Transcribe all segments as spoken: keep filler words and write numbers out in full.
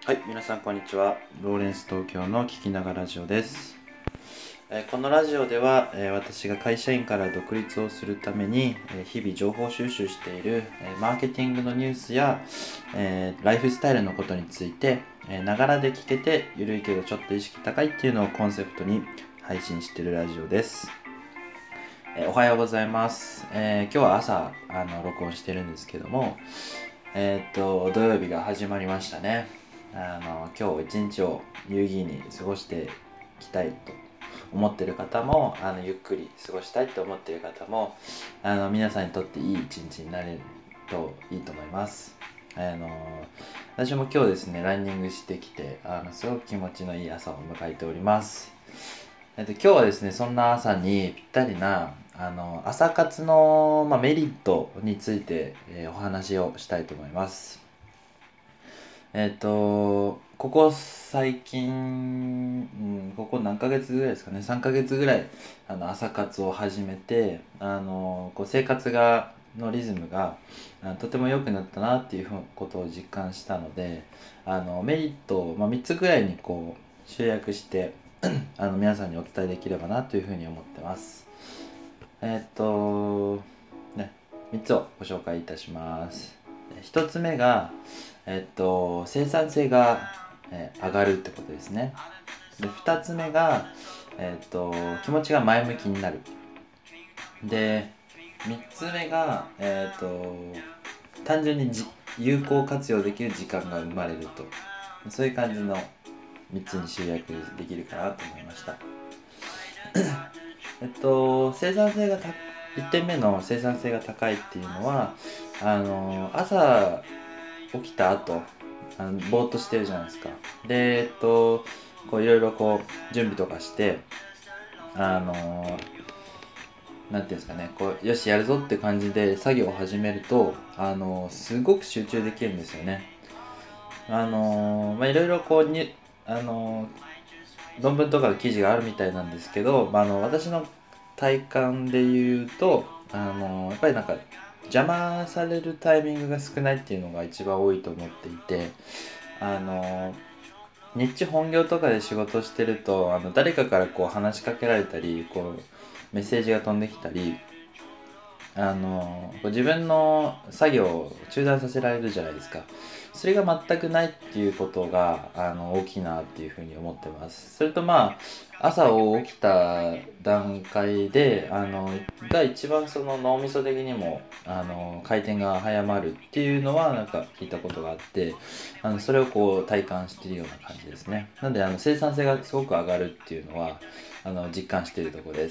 はい、皆さんこんにちは。ローレンス東京の聞きながらラジオです。えーこのラジオでは、えー私が会社員から独立をするために、えー日々情報収集している、えーマーケティングのニュースや、えーライフスタイルのことについて、えながらで聞けてゆるいけどちょっと意識高いっていうのをコンセプトに配信しているラジオです。えーおはようございます。えー今日は朝あの録音してるんですけども、えーっと土曜日が始まりましたね。あの今日一日を有意義に過ごしていきたいと思っている方も、あのゆっくり過ごしたいと思っている方も、あの皆さんにとっていい一日になれるといいと思います。あの私も今日ですねランニングしてきて、あのすごく気持ちのいい朝を迎えております。えっと、今日はですねそんな朝にぴったりなあの朝活の、まあ、メリットについて、えーお話をしたいと思います。えっとここ最近、うん、ここ何ヶ月ぐらいですかね、さんかげつぐらいあの朝活を始めて、あのこう生活がのリズムがあとても良くなったなっていうふうことを実感したので、あのメリットを、まあ、みっつぐらいにこう集約してあの皆さんにお伝えできればなというふうに思ってます。えっとねみっつをご紹介いたします。ひとつめが、えっと、生産性が、えー上がるってことですね。でふたつめが、えっと、気持ちが前向きになる。でみっつめが、えっと、単純にじ有効活用できる時間が生まれると、そういう感じのみっつに集約できるかなと思いました。えっと生産性がたいってんめの生産性が高いっていうのは、あの朝起きた後あのぼーっとしてるじゃないですか。でえっとこういろいろこう準備とかして、あのなんていうんですかね、こうよしやるぞって感じで作業を始めると、あのすごく集中できるんですよね。あのまあいろいろこうにあの論文とかの記事があるみたいなんですけど、まあ、あの私の体感で言うと、あのやっぱりなんか邪魔されるタイミングが少ないっていうのが一番多いと思っていて、あの日中本業とかで仕事してると、あの誰かからこう話しかけられたり、こうメッセージが飛んできたり、あのこう自分の作業を中断させられるじゃないですか。それが全くないっていうことがあの大きいなっていうふうに思ってます。それとまあ朝起きた段階であのが一番その脳みそ的にもあの回転が早まるっていうのはなんか聞いたことがあって、あのそれをこう体感しているような感じですね。なのであの生産性がすごく上がるっていうのはあの実感しているところです。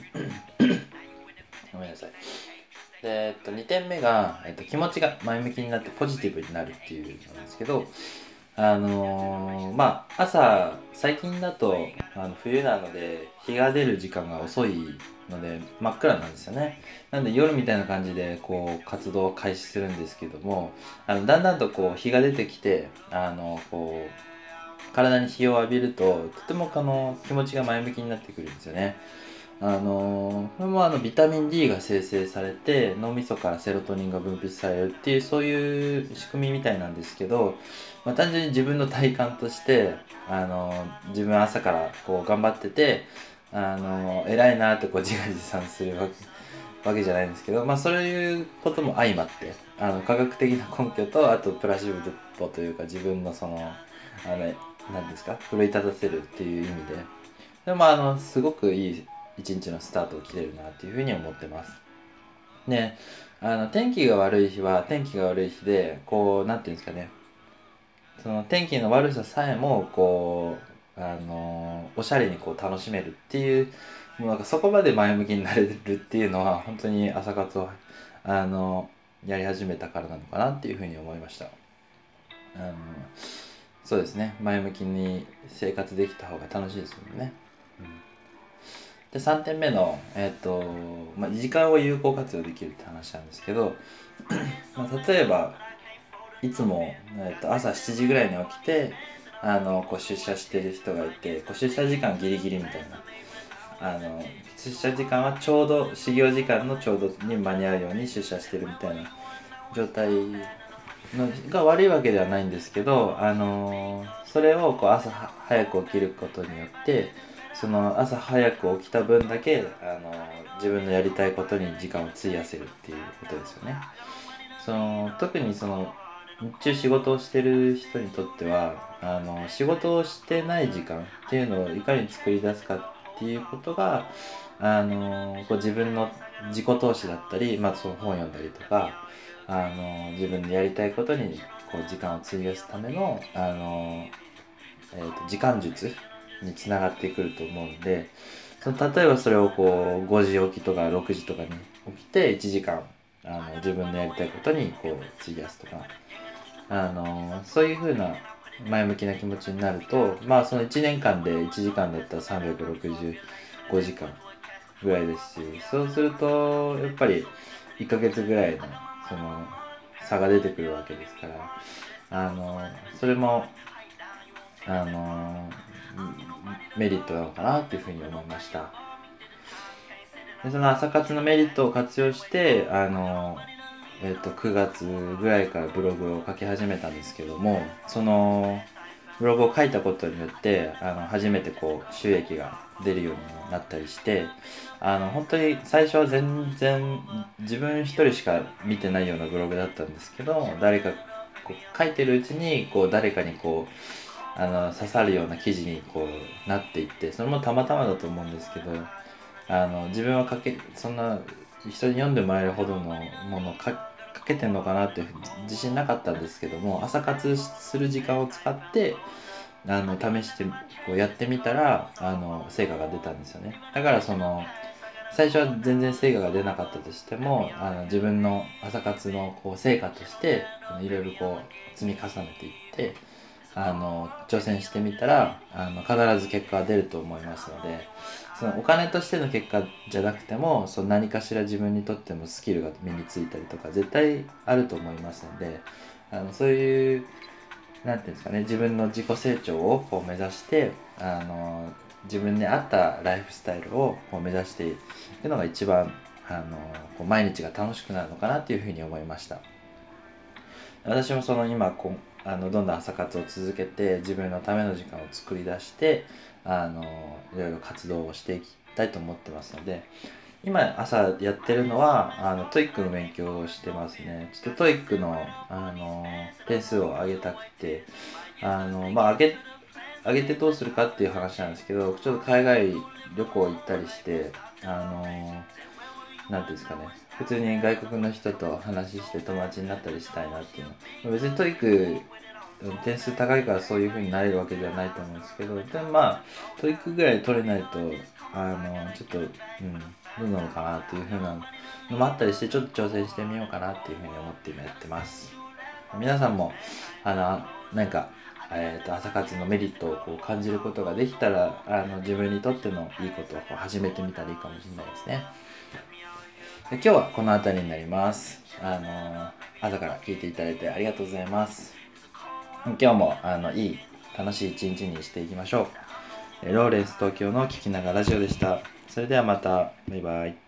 ごめんなさい。で、えっと、にてんめが、えっと、気持ちが前向きになってポジティブになるっていうのなんですけど、あのーまあ朝最近だとあの冬なので日が出る時間が遅いので真っ暗なんですよね。なんで夜みたいな感じでこう活動を開始するんですけども、あのだんだんとこう日が出てきて、あのこう体に日を浴びるととてもあの気持ちが前向きになってくるんですよね。あのこれもあのビタミン D が生成されて脳みそからセロトニンが分泌されるっていう、そういう仕組みみたいなんですけど、まあ、単純に自分の体感として、あの自分朝からこう頑張ってて、あの偉いなってこう自画自賛するわけわけじゃないんですけど、まあそういうことも相まって、あの科学的な根拠と、あとプラシーボというか自分のそのあの何ですか、奮い立たせるっていう意味で、でもあのすごくいい一日のスタートを切れるなっていうふうに思ってます。で、あの天気が悪い日は天気が悪い日で、こうなんていうんですかね、その天気の悪ささえもこうあのおしゃれにこう楽しめるっていう、もうなんかそこまで前向きになれるっていうのは本当に朝活をあのやり始めたからなのかなっていうふうに思いました。あのそうですね、前向きに生活できた方が楽しいですよね。でさんてんめの、えーとまあ、時間を有効活用できるって話なんですけど、まあ、例えばいつも、えーと朝しちじぐらいに起きて、あのこう出社してる人がいて、こう出社時間ギリギリみたいな、あの出社時間はちょうど始業時間のちょうどに間に合うように出社してるみたいな状態のが悪いわけではないんですけど、あのーそれをこう朝は早く起きることによってその朝早く起きた分だけ、あのー自分のやりたいことに時間を費やせるっていうことですよね。その特にその日中仕事をしてる人にとっては、あの仕事をしてない時間っていうのをいかに作り出すかっていうことが、あのこう自分の自己投資だったり、まあ、その本を読んだりとか、あの自分でやりたいことにこう時間を費やすための、あの、えーと時間術につながってくると思うんで、その例えばそれをこうごじ起きとかろくじとかに起きていちじかん、あの自分のやりたいことにこう費やすとか、あのそういう風な前向きな気持ちになると、まあそのいちねんかんでいちじかんだったらさんびゃくろくじゅうごじかんぐらいですし、そうするとやっぱりいっかげつぐらいのその差が出てくるわけですから、あのそれもあのメリットなのかなっていうふうに思いました。でその朝活のメリットを活用して、あのえっとくがつぐらいからブログを書き始めたんですけども、そのブログを書いたことによってあの初めてこう収益が出るようになったりして、あの本当に最初は全然自分一人しか見てないようなブログだったんですけど、誰かこう書いてるうちにこう誰かにこうあの刺さるような記事にこうなっていって、それもたまたまだと思うんですけど、あの自分は書けそんな人に読んでもらえるほどのものを書書けてんのかなって自信なかったんですけども、朝活する時間を使ってあの試してこうやってみたら、あの成果が出たんですよね。だからその最初は全然成果が出なかったとしても、あの自分の朝活のこう成果としていろいろこう積み重ねていって、あの挑戦してみたら、あの必ず結果が出ると思いますので、そのお金としての結果じゃなくても、その何かしら自分にとってもスキルが身についたりとか絶対あると思いますので、あのそういうなんていうんですかね、自分の自己成長をこう目指して、あの自分に合ったライフスタイルをこう目指していくのが一番、あのこう毎日が楽しくなるのかなっていうふうに思いました。私もその今こうあのどんどん朝活を続けて自分のための時間を作り出して、あのいろいろ活動をしていきたいと思ってますので、今朝やってるのはあのトイックの勉強をしてますね。ちょっとトイックのあの点数を上げたくて、あのまあ上げ上げてどうするかっていう話なんですけど、ちょっと海外旅行行ったりして、あのなんていうんですかね、普通に外国の人と話して友達になったりしたいなっていうの。別にトイック点数高いからそういう風になれるわけではないと思うんですけど、でもまあトイックぐらい取れないと、あのちょっと、うん、どうなのかなっていう風なのもあったりして、ちょっと挑戦してみようかなっていう風に思って今やってます。皆さんもあのなんか、えー、と朝活のメリットをこう感じることができたら、あの自分にとってのいいことをこう始めてみたらいいかもしれないですね。で今日はこの辺りになります。あの朝から聞いていただいてありがとうございます。今日もあのいい楽しい一日にしていきましょう。ローレンス東京の聞きながらラジオでした。それではまた。バイバイ。